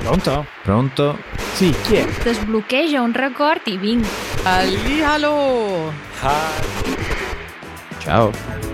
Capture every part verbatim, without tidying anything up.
Pronto? Pronto? Sì, chi è? Desbloqueja un record i vinc. Hallihallo! Ciao.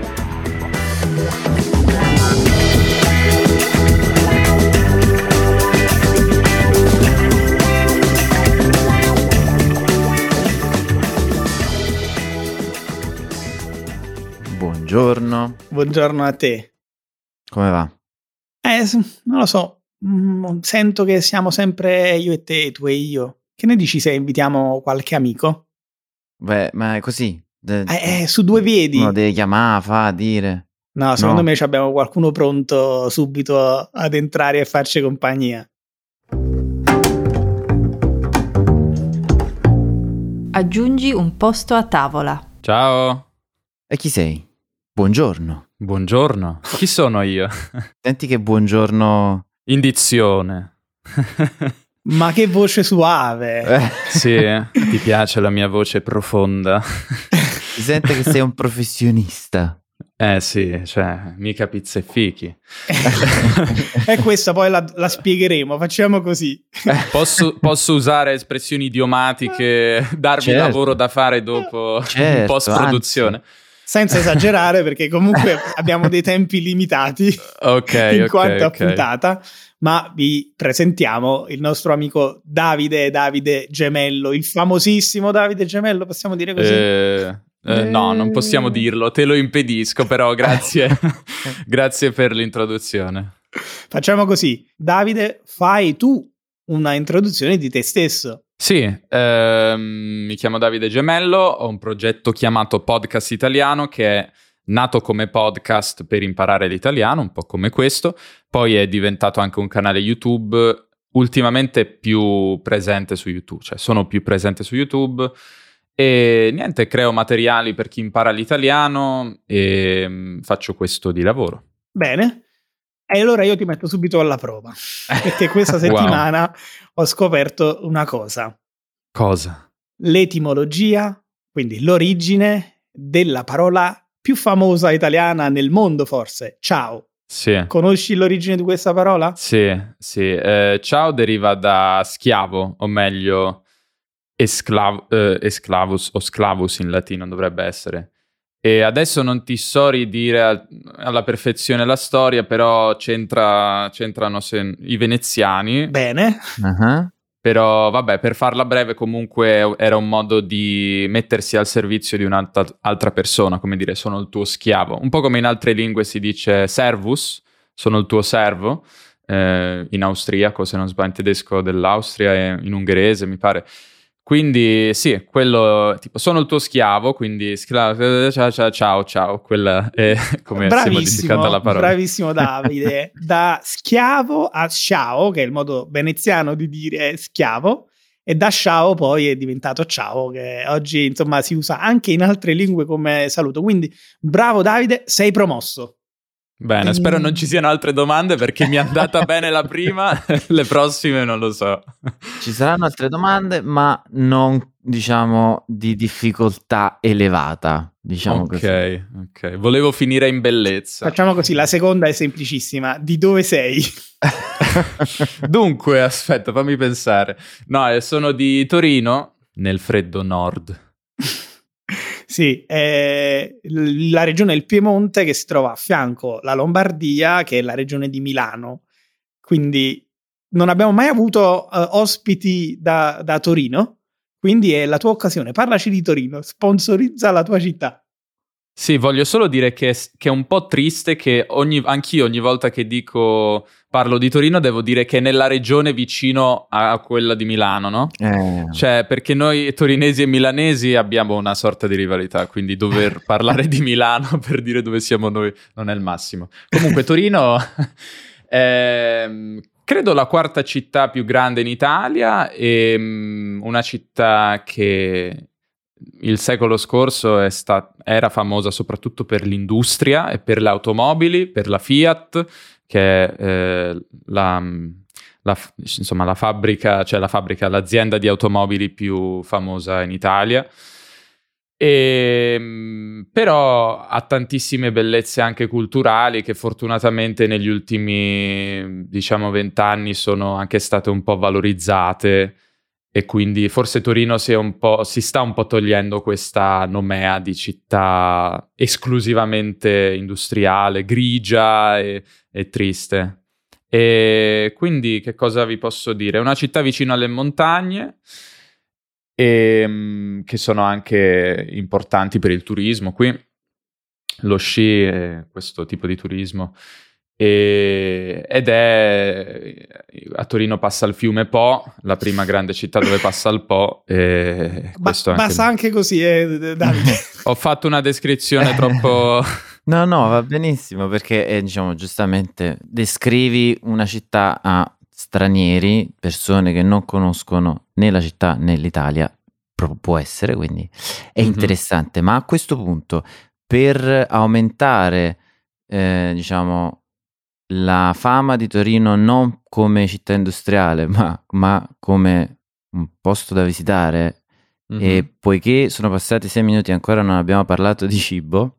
Buongiorno. Buongiorno a te. Come va? Eh, s- non lo so. Mm, sento che siamo sempre io e te, tu e io. Che ne dici se invitiamo qualche amico? Beh, ma è così. De- Eh, eh, su due piedi. Uno deve chiamare, fa, dire. No, secondo No. me ci abbiamo qualcuno pronto subito ad entrare e farci compagnia. Aggiungi un posto a tavola. Ciao, E chi sei? Buongiorno. buongiorno. Chi sono io? Senti che buongiorno... Indizione. Ma che voce suave. Eh, Sì, ti piace la mia voce profonda? si sente che sei un professionista. Eh sì, cioè, mica pizza e fichi. E questa poi la, la spiegheremo. Facciamo così. Posso, posso usare espressioni idiomatiche, darvi Certo. lavoro da fare dopo Certo, in post-produzione? Senza esagerare, perché comunque abbiamo dei tempi limitati Ok, in ok, quanto a ok. puntata. Ma vi presentiamo il nostro amico Davide, Davide Gemello, il famosissimo Davide Gemello, possiamo dire così? Eh, eh, no, non possiamo dirlo, te lo impedisco, però grazie, grazie per l'introduzione. Facciamo così. Davide, fai tu una introduzione di te stesso. Sì, ehm, mi chiamo Davide Gemello, ho un progetto chiamato Podcast Italiano che è nato come podcast per imparare l'italiano, un po' come questo, poi è diventato anche un canale YouTube, ultimamente più presente su YouTube, cioè sono più presente su YouTube e niente, creo materiali per chi impara l'italiano e mm, faccio questo di lavoro. Bene. E allora io ti metto subito alla prova, perché questa Wow. settimana ho scoperto una cosa. Cosa? L'etimologia, quindi l'origine della parola più famosa italiana nel mondo, forse. Ciao. Sì. Conosci l'origine di questa parola? Sì, sì. Eh, ciao deriva da schiavo, o meglio, esclav- eh, esclavus o sclavus in latino dovrebbe essere. E adesso non ti so ridire a- alla perfezione la storia, però c'entra, c'entrano se- i veneziani. Bene. Ah, Però vabbè, per farla breve comunque era un modo di mettersi al servizio di un'altra altra persona, come dire, sono il tuo schiavo. Un po' come in altre lingue si dice servus, sono il tuo servo, eh, in austriaco, se non sbaglio, in tedesco dell'Austria e in ungherese, mi pare. Quindi sì, quello, tipo, sono il tuo schiavo, quindi scla- ciao ciao ciao ciao, quella è come si è modificata la parola. Bravissimo Davide. Da schiavo a sciao, che è il modo veneziano di dire schiavo, e da sciao poi è diventato ciao, che oggi insomma si usa anche in altre lingue come saluto. Quindi bravo Davide, sei promosso. Bene, spero non ci siano altre domande perché mi è andata bene la prima, le prossime non lo so. ci saranno altre domande, ma non, diciamo, di difficoltà elevata. Diciamo così. Ok, ok. Volevo finire in bellezza. Facciamo così, la seconda è semplicissima. Di dove sei? Dunque, aspetta, fammi pensare. No, eh, sono di Torino, nel freddo nord. Sì, è l- la regione del Piemonte che si trova a fianco la Lombardia, che è la regione di Milano. Quindi non abbiamo mai avuto eh, ospiti da, da Torino, quindi è la tua occasione. Parlaci di Torino, sponsorizza la tua città. Sì, voglio solo dire che, che è un po' triste che ogni, anch'io ogni volta che dico parlo di Torino devo dire che è nella regione vicino a quella di Milano, no? Eh, Cioè, perché noi torinesi e milanesi abbiamo una sorta di rivalità, quindi dover parlare di Milano per dire dove siamo noi non è il massimo. Comunque Torino è, credo, la quarta città più grande in Italia e mm, una città che il secolo scorso è sta- era famosa soprattutto per l'industria e per le automobili, per la Fiat, che è eh, la, la, insomma, la fabbrica, cioè la fabbrica, l'azienda di automobili più famosa in Italia. E, però ha tantissime bellezze anche culturali che fortunatamente negli ultimi, diciamo, vent'anni sono anche state un po' valorizzate, e quindi forse Torino si, è un po', si sta un po' togliendo questa nomea di città esclusivamente industriale, grigia e, e triste. E quindi che cosa vi posso dire? È una città vicino alle montagne, e, che sono anche importanti per il turismo qui, lo sci e questo tipo di turismo. E, ed è a Torino passa il fiume Po, la prima grande città dove passa il Po. E ba- anche... basta anche così, eh, Davide. Ho fatto una descrizione troppo... No, no, va benissimo, perché eh, diciamo giustamente descrivi una città a stranieri, persone che non conoscono né la città né l'Italia, pro- può essere, quindi è Mhm. interessante. Ma a questo punto, per aumentare, eh, diciamo, la fama di Torino non come città industriale, ma, ma come un posto da visitare, Mhm. e poiché sono passati sei minuti e ancora non abbiamo parlato di cibo,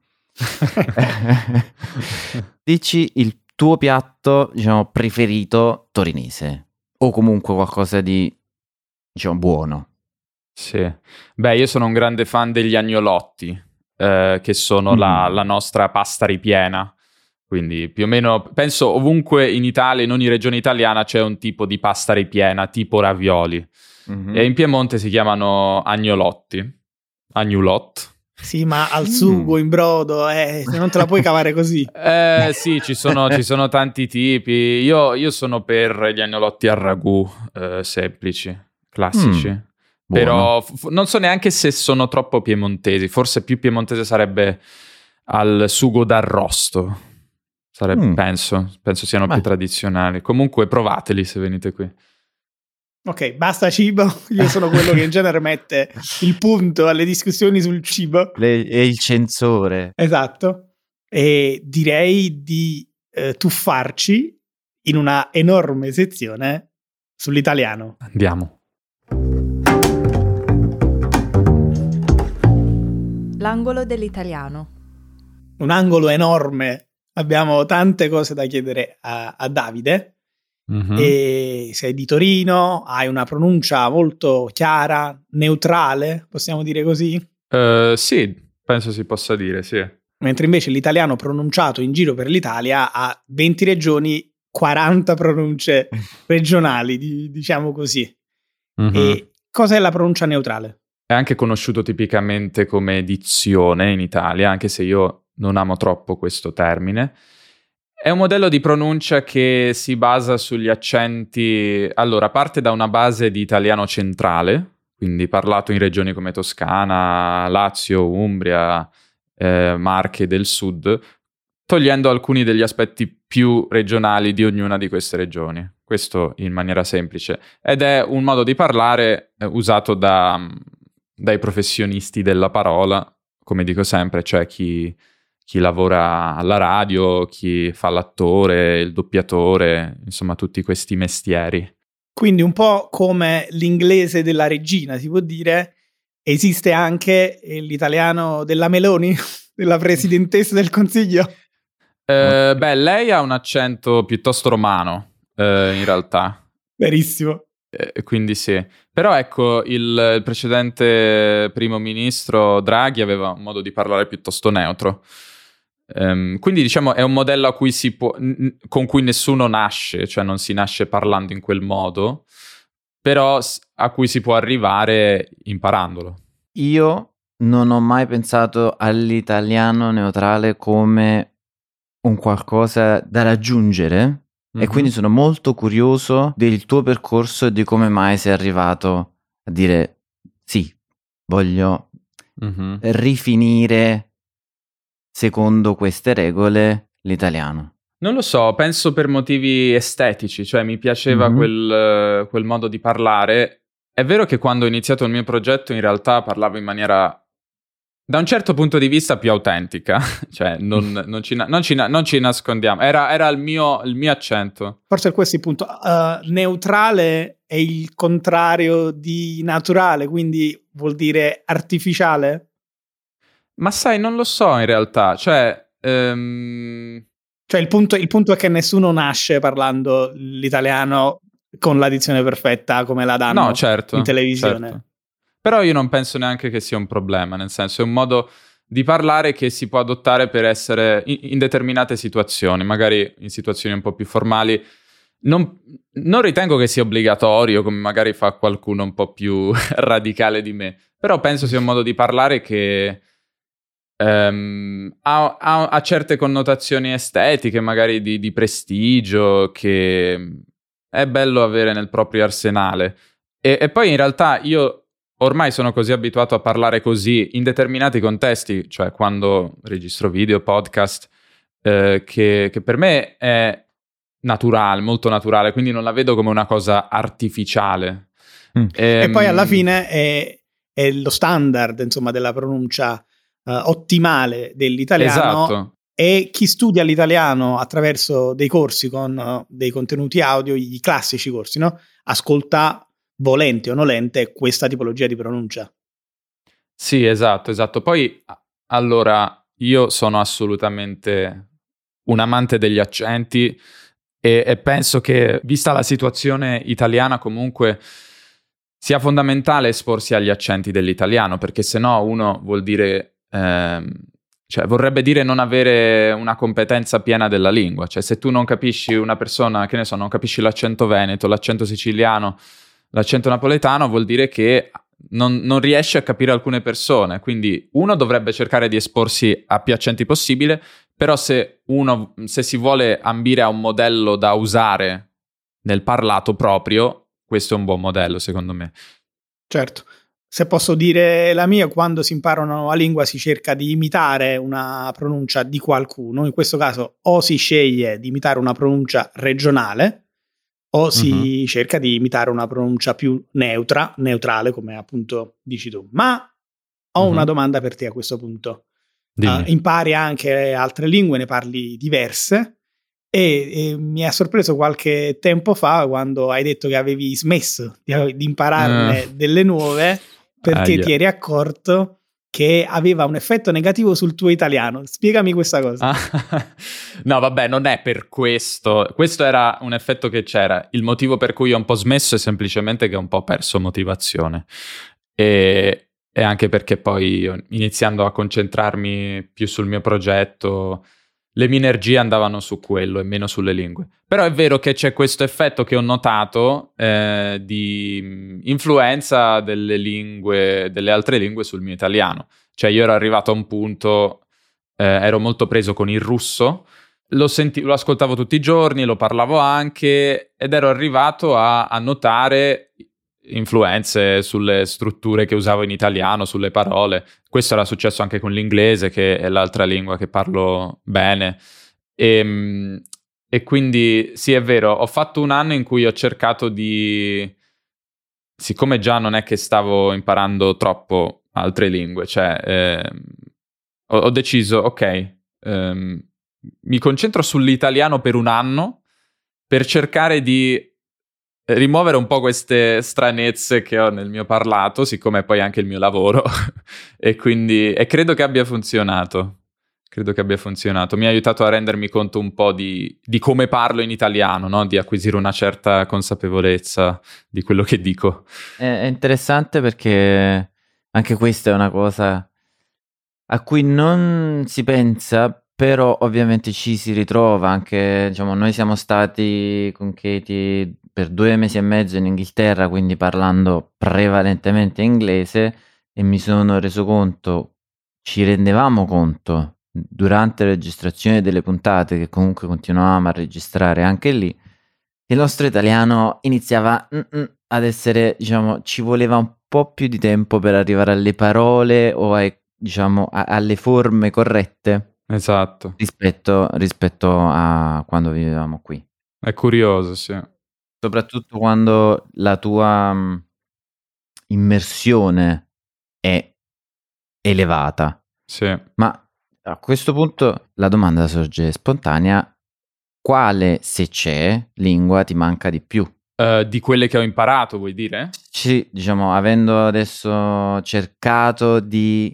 dici il tuo piatto, diciamo, preferito torinese, o comunque qualcosa di, diciamo, buono. Sì, beh, io sono un grande fan degli agnolotti, eh, che sono la, Mm. la nostra pasta ripiena. Quindi più o meno, penso ovunque in Italia, in ogni regione italiana c'è un tipo di pasta ripiena, tipo ravioli. Mhm. E in Piemonte si chiamano agnolotti, agnolot. Sì, ma al sugo, in brodo, eh, non te la puoi cavare così. Eh sì, ci sono, ci sono tanti tipi. Io, io sono per gli agnolotti al ragù, eh, semplici, classici. Mm, Però f- non so neanche se sono troppo piemontesi. Forse più piemontese sarebbe al sugo d'arrosto. Sarebbe, Mm. penso, penso siano Beh. più tradizionali. Comunque provateli se venite qui. Ok, basta cibo. Io sono quello che in genere mette il punto alle discussioni sul cibo. Le- è il censore. Esatto. E direi di eh, tuffarci in una enorme sezione sull'italiano. Andiamo. L'angolo dell'italiano. Un angolo enorme. Abbiamo tante cose da chiedere a, a Davide. Mhm. E sei di Torino, hai una pronuncia molto chiara, neutrale, possiamo dire così? Eh, sì, penso si possa dire, sì. Mentre invece l'italiano pronunciato in giro per l'Italia ha venti regioni, quaranta pronunce regionali, di- diciamo così. Mhm. E cos'è la pronuncia neutrale? È anche conosciuto tipicamente come dizione in Italia, anche se io non amo troppo questo termine. È un modello di pronuncia che si basa sugli accenti. Allora, parte da una base di italiano centrale, quindi parlato in regioni come Toscana, Lazio, Umbria, eh, Marche del Sud, togliendo alcuni degli aspetti più regionali di ognuna di queste regioni. Questo in maniera semplice. Ed è un modo di parlare eh, usato da, dai professionisti della parola, come dico sempre, cioè chi... chi lavora alla radio, chi fa l'attore, il doppiatore, insomma tutti questi mestieri. Quindi un po' come l'inglese della regina, si può dire, esiste anche l'italiano della Meloni, della presidentessa del Consiglio. Eh, beh, lei ha un accento piuttosto romano, eh, in realtà. Verissimo. Eh, quindi sì. Però ecco, il, il precedente primo ministro Draghi aveva un modo di parlare piuttosto neutro. Um, quindi diciamo è un modello a cui si può, n- con cui nessuno nasce, cioè non si nasce parlando in quel modo, però s- a cui si può arrivare imparandolo. Io non ho mai pensato all'italiano neutrale come un qualcosa da raggiungere, e Mhm. quindi sono molto curioso del tuo percorso e di come mai sei arrivato a dire sì, voglio Mhm. rifinire secondo queste regole l'italiano. Non lo so, penso per motivi estetici, cioè mi piaceva Mhm. quel, quel modo di parlare. È vero che quando ho iniziato il mio progetto in realtà parlavo in maniera, da un certo punto di vista, più autentica, cioè non, non, ci, na- non, ci, na- non ci nascondiamo, era, era il, mio, il mio accento. Forse questo è il punto. Uh, neutrale è il contrario di naturale, quindi vuol dire artificiale? Ma sai, non lo so in realtà, cioè... Um... Cioè il punto, il punto è che nessuno nasce parlando l'italiano con la dizione perfetta come la danno no, certo, in televisione. Certo. Però io non penso neanche che sia un problema, nel senso è un modo di parlare che si può adottare per essere in, in determinate situazioni, magari in situazioni un po' più formali. Non, non ritengo che sia obbligatorio, come magari fa qualcuno un po' più radicale di me, però penso sia un modo di parlare che um, ha, ha, ha certe connotazioni estetiche, magari di, di prestigio, che è bello avere nel proprio arsenale. E, e poi in realtà io ormai sono così abituato a parlare così in determinati contesti, cioè quando registro video, podcast, eh, che, che per me è naturale, molto naturale, quindi non la vedo come una cosa artificiale. Mm. E, e poi alla fine è, è lo standard, insomma, della pronuncia uh, ottimale dell'italiano. Esatto. E chi studia l'italiano attraverso dei corsi con uh, dei contenuti audio, i classici corsi, no? Ascolta volente o nolente questa tipologia di pronuncia. Sì, esatto, esatto. Poi, allora, io sono assolutamente un amante degli accenti e, e penso che, vista la situazione italiana, comunque sia fondamentale esporsi agli accenti dell'italiano, perché sennò uno vuol dire... Ehm, cioè, vorrebbe dire non avere una competenza piena della lingua. Cioè, se tu non capisci una persona, che ne so, non capisci l'accento veneto, l'accento siciliano, l'accento napoletano, vuol dire che non, non riesci a capire alcune persone. Quindi uno dovrebbe cercare di esporsi a più accenti possibile, però se uno, se si vuole ambire a un modello da usare nel parlato proprio, questo è un buon modello, secondo me. Certo. Se posso dire la mia, quando si impara una nuova lingua si cerca di imitare una pronuncia di qualcuno. In questo caso o si sceglie di imitare una pronuncia regionale o si uh-huh. cerca di imitare una pronuncia più neutra, neutrale, come appunto dici tu. Ma ho uh-huh. una domanda per te a questo punto. Uh, impari anche altre lingue, ne parli diverse e, e mi ha sorpreso qualche tempo fa quando hai detto che avevi smesso di, di impararne uh. delle nuove perché ah, ti eri accorto che aveva un effetto negativo sul tuo italiano. Spiegami questa cosa. Ah, no, vabbè, non è per questo. Questo era un effetto che c'era. Il motivo per cui ho un po' smesso è semplicemente che ho un po' perso motivazione. E, e anche perché poi, iniziando a concentrarmi più sul mio progetto, le mie energie andavano su quello e meno sulle lingue. Però è vero che c'è questo effetto che ho notato eh, di influenza delle lingue, delle altre lingue sul mio italiano. Cioè io ero arrivato a un punto, eh, ero molto preso con il russo, lo, senti- lo ascoltavo tutti i giorni, lo parlavo anche ed ero arrivato a, a notare influenze sulle strutture che usavo in italiano, sulle parole. Questo era successo anche con l'inglese, che è l'altra lingua che parlo bene. E, e quindi sì, è vero, ho fatto un anno in cui ho cercato di... Siccome già non è che stavo imparando troppo altre lingue, cioè eh, ho, ho deciso, ok, ehm, mi concentro sull'italiano per un anno per cercare di rimuovere un po' queste stranezze che ho nel mio parlato, siccome è poi anche il mio lavoro, e quindi e credo che abbia funzionato. Credo che abbia funzionato. Mi ha aiutato a rendermi conto un po' di, di come parlo in italiano, no? Di acquisire una certa consapevolezza di quello che dico. È, è interessante perché anche questa è una cosa a cui non si pensa, però ovviamente ci si ritrova. Anche, diciamo, noi siamo stati con Katie per due mesi e mezzo in Inghilterra, quindi parlando prevalentemente inglese, e mi sono reso conto, ci rendevamo conto durante la registrazione delle puntate, che comunque continuavamo a registrare anche lì, che il nostro italiano iniziava ad essere, diciamo, ci voleva un po' più di tempo per arrivare alle parole o ai, diciamo, a, alle forme corrette. Esatto. Rispetto, rispetto a quando vivevamo qui. È curioso, sì. Soprattutto quando la tua mh, immersione è elevata. Sì. Ma a questo punto la domanda sorge spontanea: quale, se c'è, lingua ti manca di più? Uh, di quelle che ho imparato, vuoi dire? Sì, diciamo, avendo adesso cercato di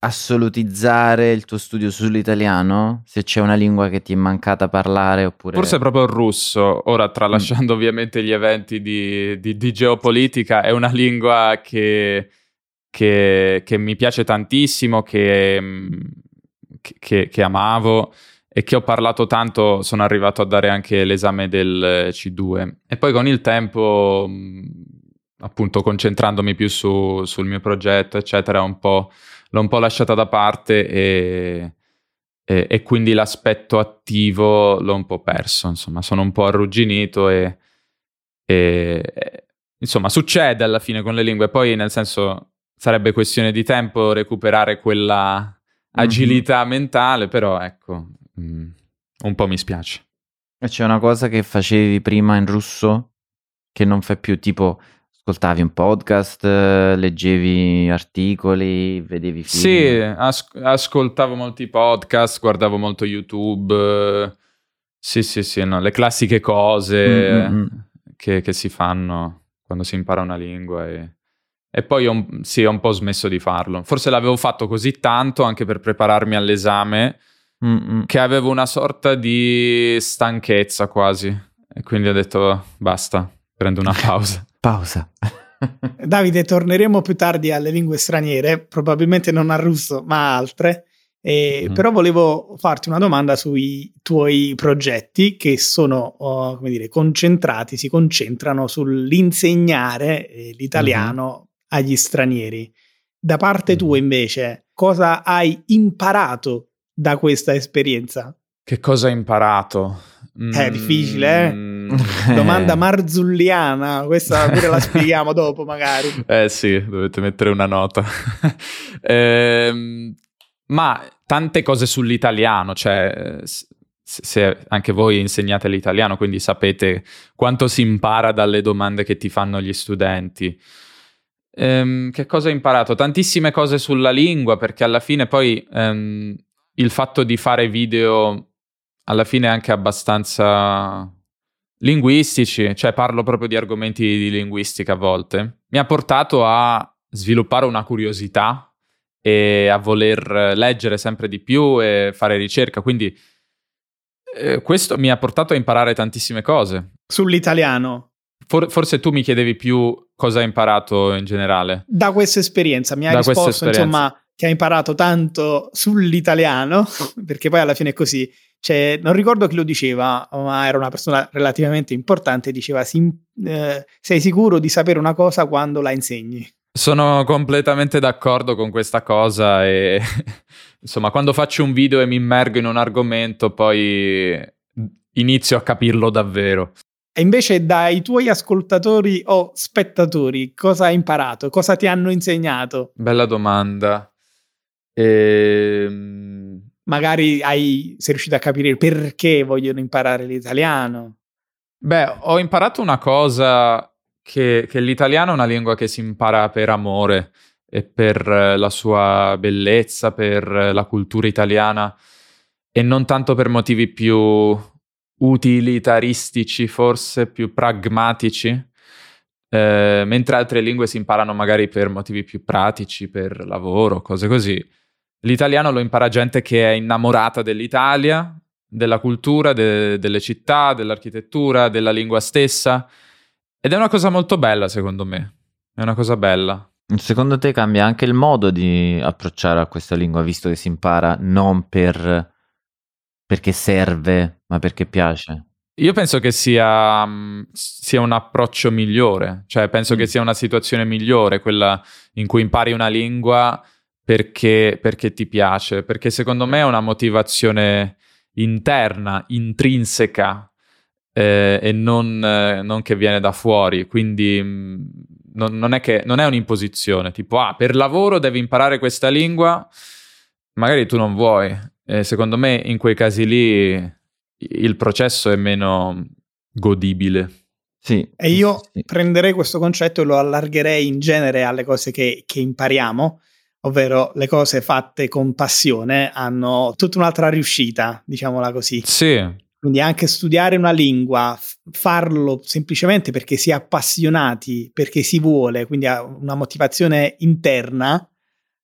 assolutizzare il tuo studio sull'italiano? Se c'è una lingua che ti è mancata parlare oppure... Forse proprio il russo, ora tralasciando mm. ovviamente gli eventi di, di, di geopolitica, è una lingua che, che, che mi piace tantissimo, che, che, che amavo e che ho parlato tanto. Sono arrivato a dare anche l'esame del C due e poi con il tempo, appunto concentrandomi più su, sul mio progetto eccetera, un po' l'ho un po' lasciata da parte e, e, e quindi l'aspetto attivo l'ho un po' perso, insomma sono un po' arrugginito e, e, e insomma succede alla fine con le lingue, poi nel senso sarebbe questione di tempo recuperare quella agilità mm-hmm. mentale, però ecco mh, un po' mi spiace. E c'è una cosa che facevi prima in russo che non fai più, tipo ascoltavi un podcast, leggevi articoli, vedevi film? Sì, as- ascoltavo molti podcast, guardavo molto YouTube, sì sì sì, no, le classiche cose mm-hmm. che, che si fanno quando si impara una lingua e, e poi ho, sì, ho un po' smesso di farlo. Forse l'avevo fatto così tanto anche per prepararmi all'esame mm-hmm. che avevo una sorta di stanchezza quasi e quindi ho detto basta, prendo una pausa. Pausa. Davide, torneremo più tardi alle lingue straniere, probabilmente non al russo ma a altre, eh, mm-hmm. però volevo farti una domanda sui tuoi progetti che sono oh, come dire, concentrati, si concentrano sull'insegnare eh, l'italiano mm-hmm. agli stranieri. Da parte mm-hmm. tua invece, cosa hai imparato da questa esperienza? Che cosa hai imparato? Mm. È difficile, eh? Domanda marzulliana, questa pure la spieghiamo dopo magari. Eh sì, dovete mettere una nota. eh, ma tante cose sull'italiano, cioè se anche voi insegnate l'italiano, quindi sapete quanto si impara dalle domande che ti fanno gli studenti. Eh, che cosa hai imparato? Tantissime cose sulla lingua, perché alla fine poi ehm, il fatto di fare video alla fine è anche abbastanza linguistici, cioè parlo proprio di argomenti di linguistica a volte, mi ha portato a sviluppare una curiosità e a voler leggere sempre di più e fare ricerca, quindi eh, questo mi ha portato a imparare tantissime cose. Sull'italiano? For- forse tu mi chiedevi più cosa hai imparato in generale. Da questa esperienza, mi hai da risposto insomma che hai imparato tanto sull'italiano, perché poi alla fine è così. Cioè, non ricordo chi lo diceva, ma era una persona relativamente importante, diceva si, eh, sei sicuro di sapere una cosa quando la insegni. Sono completamente d'accordo con questa cosa e insomma quando faccio un video e mi immergo in un argomento poi inizio a capirlo davvero. E invece dai tuoi ascoltatori o spettatori cosa hai imparato? Cosa ti hanno insegnato? Bella domanda. Ehm... Magari hai, sei riuscito a capire perché vogliono imparare l'italiano. Beh, ho imparato una cosa, che, che l'italiano è una lingua che si impara per amore e per la sua bellezza, per la cultura italiana e non tanto per motivi più utilitaristici, forse più pragmatici, eh, mentre altre lingue si imparano magari per motivi più pratici, per lavoro, cose così. L'italiano lo impara gente che è innamorata dell'Italia, della cultura, de- delle città, dell'architettura, della lingua stessa. Ed è una cosa molto bella, secondo me. È una cosa bella. Secondo te cambia anche il modo di approcciare a questa lingua, visto che si impara non per perché serve, ma perché piace? Io penso che sia, sia un approccio migliore. Cioè, penso mm. che sia una situazione migliore, quella in cui impari una lingua Perché, perché ti piace, perché secondo me è una motivazione interna, intrinseca eh, e non, eh, non che viene da fuori, quindi mh, non, non è che non è un'imposizione, tipo ah, per lavoro devi imparare questa lingua, magari tu non vuoi, e secondo me in quei casi lì il processo è meno godibile. Sì, e io sì. prenderei questo concetto e lo allargherei in genere alle cose che, che impariamo, ovvero le cose fatte con passione hanno tutta un'altra riuscita, diciamola così. Sì. Quindi anche studiare una lingua, f- farlo semplicemente perché si è appassionati, perché si vuole, quindi ha una motivazione interna,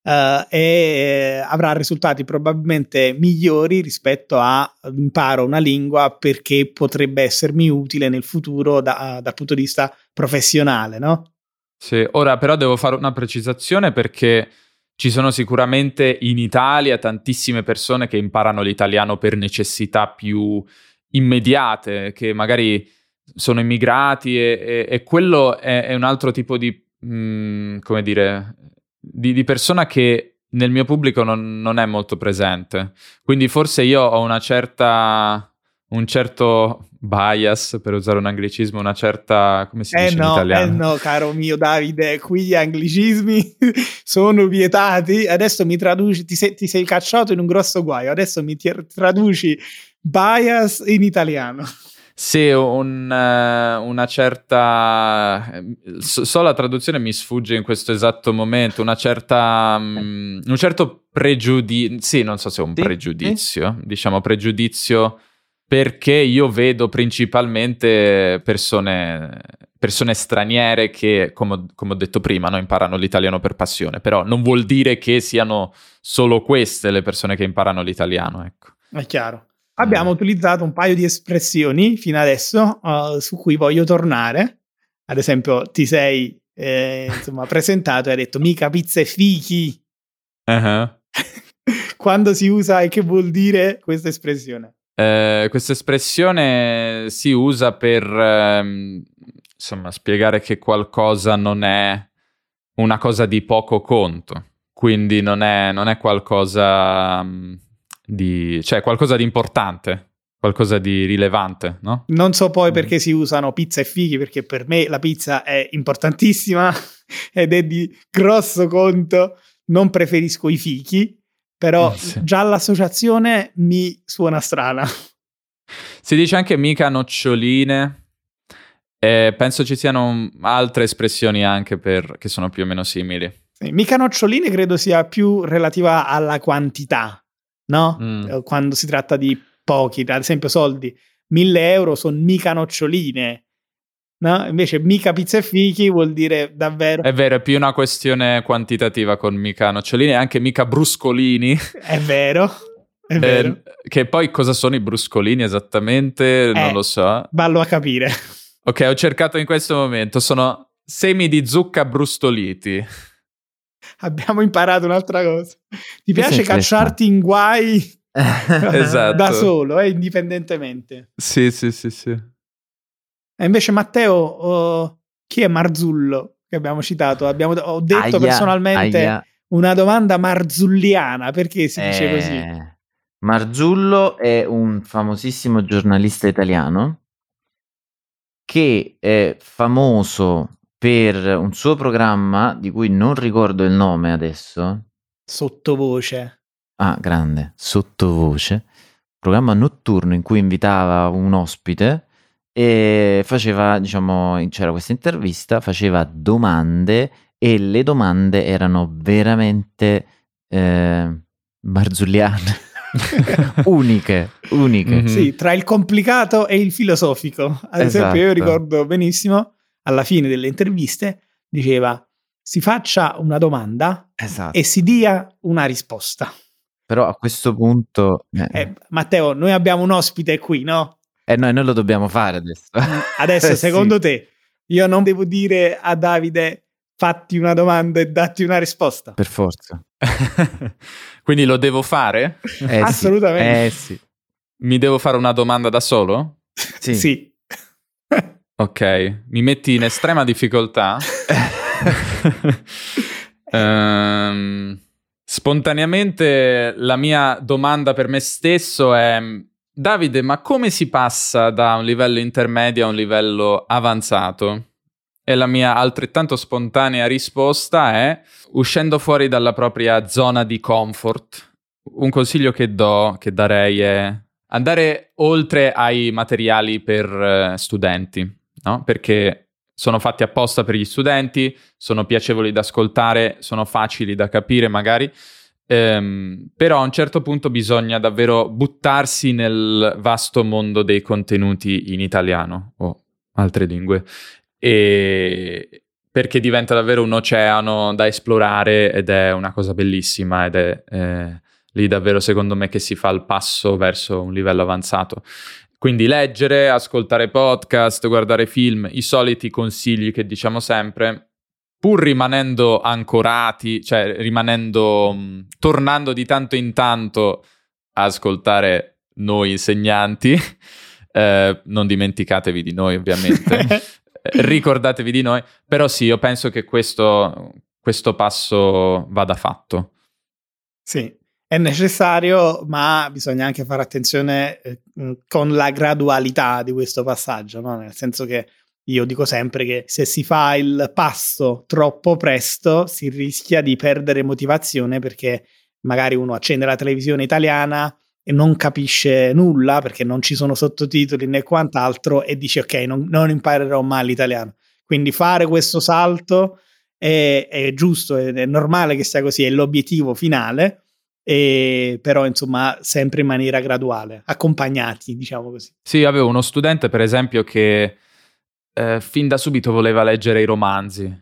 uh, e avrà risultati probabilmente migliori rispetto a imparo una lingua perché potrebbe essermi utile nel futuro da, dal punto di vista professionale, no? Sì, ora però devo fare una precisazione perché ci sono sicuramente in Italia tantissime persone che imparano l'italiano per necessità più immediate, che magari sono immigrati e, e, e quello è, è un altro tipo di, mh, come dire, di, di persona che nel mio pubblico non, non è molto presente. Quindi forse io ho una certa, un certo bias, per usare un anglicismo, una certa, come si eh dice no, in italiano? Eh no, caro mio Davide, qui gli anglicismi sono vietati. Adesso mi traduci, ti sei, ti sei cacciato in un grosso guaio, adesso mi ti- traduci bias in italiano. Sì, un, uh, una certa... So, so la traduzione mi sfugge in questo esatto momento, una certa... Um, un certo pregiudizio... Sì, non so se è un sì, pregiudizio, sì. Diciamo pregiudizio, perché io vedo principalmente persone, persone straniere che, come, come ho detto prima, no, imparano l'italiano per passione, però non vuol dire che siano solo queste le persone che imparano l'italiano, ecco. È chiaro. Abbiamo mm. utilizzato un paio di espressioni fino adesso uh, su cui voglio tornare. Ad esempio, ti sei eh, insomma presentato e hai detto mica pizza e fichi. Uh-huh. Quando si usa e che vuol dire questa espressione? Eh, questa espressione si usa per ehm, insomma spiegare che qualcosa non è una cosa di poco conto, quindi non è, non è qualcosa um, di, cioè qualcosa di importante, qualcosa di rilevante, no? Non so poi perché si usano pizza e fichi, perché per me la pizza è importantissima ed è di grosso conto. Non preferisco i fichi, però sì. Già l'associazione mi suona strana. Si dice anche mica noccioline, e penso ci siano altre espressioni anche per, che sono più o meno simili. Sì, mica noccioline credo sia più relativa alla quantità, no? Mm. Quando si tratta di pochi, ad esempio soldi, mille euro sono mica noccioline. No? Invece mica pizza e fichi vuol dire davvero... È vero, è più una questione quantitativa con mica noccioline e anche mica bruscolini. È vero, è vero. Eh, che poi cosa sono i bruscolini esattamente? Eh, non lo so. Vallo a capire. Ok, ho cercato in questo momento. Sono semi di zucca brustoliti. Abbiamo imparato un'altra cosa. Ti piace cacciarti in guai esatto. da solo, eh, indipendentemente. Sì, sì, sì, sì. E invece Matteo, oh, chi è Marzullo che abbiamo citato? Abbiamo, ho detto aia, personalmente aia. Una domanda marzulliana, perché si dice eh, così? Marzullo è un famosissimo giornalista italiano che è famoso per un suo programma di cui non ricordo il nome adesso. Sottovoce. Ah, grande, Sottovoce. Programma notturno in cui invitava un ospite e faceva, diciamo, c'era questa intervista, faceva domande e le domande erano veramente eh, marzulliane, uniche, uniche. Mm-hmm. Sì, tra il complicato e il filosofico. Ad esatto. esempio, io ricordo benissimo, alla fine delle interviste, diceva, si faccia una domanda esatto. e si dia una risposta. Però a questo punto... Eh. Eh, Matteo, noi abbiamo un ospite qui, no? E eh noi, noi lo dobbiamo fare adesso. Adesso, eh, secondo sì. te, io non devo dire a Davide fatti una domanda e datti una risposta? Per forza. Quindi lo devo fare? Eh, Assolutamente. Sì. Eh, sì. Mi devo fare una domanda da solo? Sì. Sì. Ok, mi metti in estrema difficoltà. um, spontaneamente la mia domanda per me stesso è: Davide, ma come si passa da un livello intermedio a un livello avanzato? E la mia altrettanto spontanea risposta è: uscendo fuori dalla propria zona di comfort. Un consiglio che do, che darei è andare oltre ai materiali per uh, studenti, no? Perché sono fatti apposta per gli studenti, sono piacevoli da ascoltare, sono facili da capire magari. Um, però a un certo punto bisogna davvero buttarsi nel vasto mondo dei contenuti in italiano o altre lingue, e perché diventa davvero un oceano da esplorare ed è una cosa bellissima, ed è eh, lì davvero secondo me che si fa il passo verso un livello avanzato. Quindi leggere, ascoltare podcast, guardare film, i soliti consigli che diciamo sempre, pur rimanendo ancorati, cioè rimanendo, mh, tornando di tanto in tanto a ascoltare noi insegnanti, eh, non dimenticatevi di noi ovviamente, ricordatevi di noi, però sì, io penso che questo, questo passo vada fatto. Sì, è necessario, ma bisogna anche fare attenzione eh, con la gradualità di questo passaggio, no? Nel senso che io dico sempre che se si fa il passo troppo presto si rischia di perdere motivazione, perché magari uno accende la televisione italiana e non capisce nulla perché non ci sono sottotitoli né quant'altro e dice ok, non, non imparerò mai l'italiano. Quindi fare questo salto è, è giusto, è, è normale che sia così, è l'obiettivo finale. E però insomma sempre in maniera graduale, accompagnati, diciamo così. Sì, avevo uno studente per esempio che eh, fin da subito voleva leggere i romanzi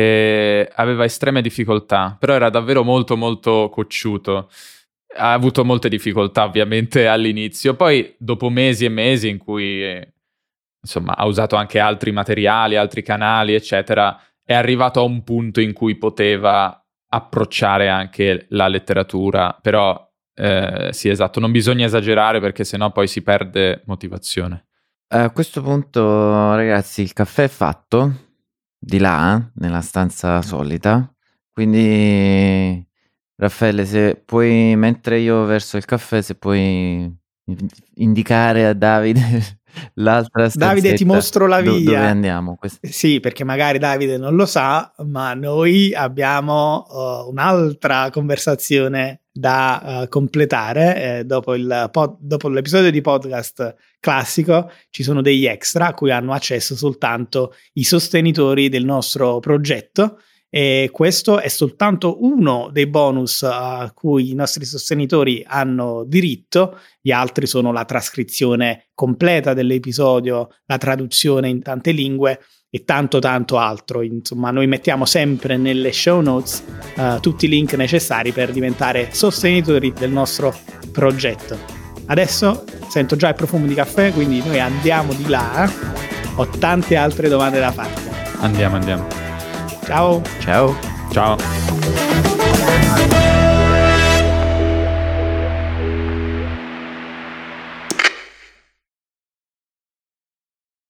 e aveva estreme difficoltà, però era davvero molto molto cocciuto, ha avuto molte difficoltà ovviamente all'inizio, poi dopo mesi e mesi in cui eh, insomma ha usato anche altri materiali, altri canali eccetera, è arrivato a un punto in cui poteva approcciare anche la letteratura, però eh, sì, esatto, non bisogna esagerare perché sennò poi si perde motivazione. A questo punto, ragazzi, il caffè è fatto di là, nella stanza solita, quindi Raffaele, se puoi, mentre io verso il caffè, se puoi indicare a Davide l'altra stanzetta. Davide, ti mostro la via. Do- dove andiamo? Quest- sì, perché magari Davide non lo sa, ma noi abbiamo uh, un'altra conversazione da uh, completare. Eh, dopo, il pod- dopo l'episodio di podcast classico ci sono degli extra a cui hanno accesso soltanto i sostenitori del nostro progetto. E questo è soltanto uno dei bonus a cui i nostri sostenitori hanno diritto. Gli altri sono la trascrizione completa dell'episodio, la traduzione in tante lingue e tanto tanto altro. Insomma, noi mettiamo sempre nelle show notes uh, tutti i link necessari per diventare sostenitori del nostro progetto. Adesso sento già il profumo di caffè, quindi noi andiamo di là. Ho tante altre domande da farti. Andiamo, andiamo. Ciao. Ciao. Ciao.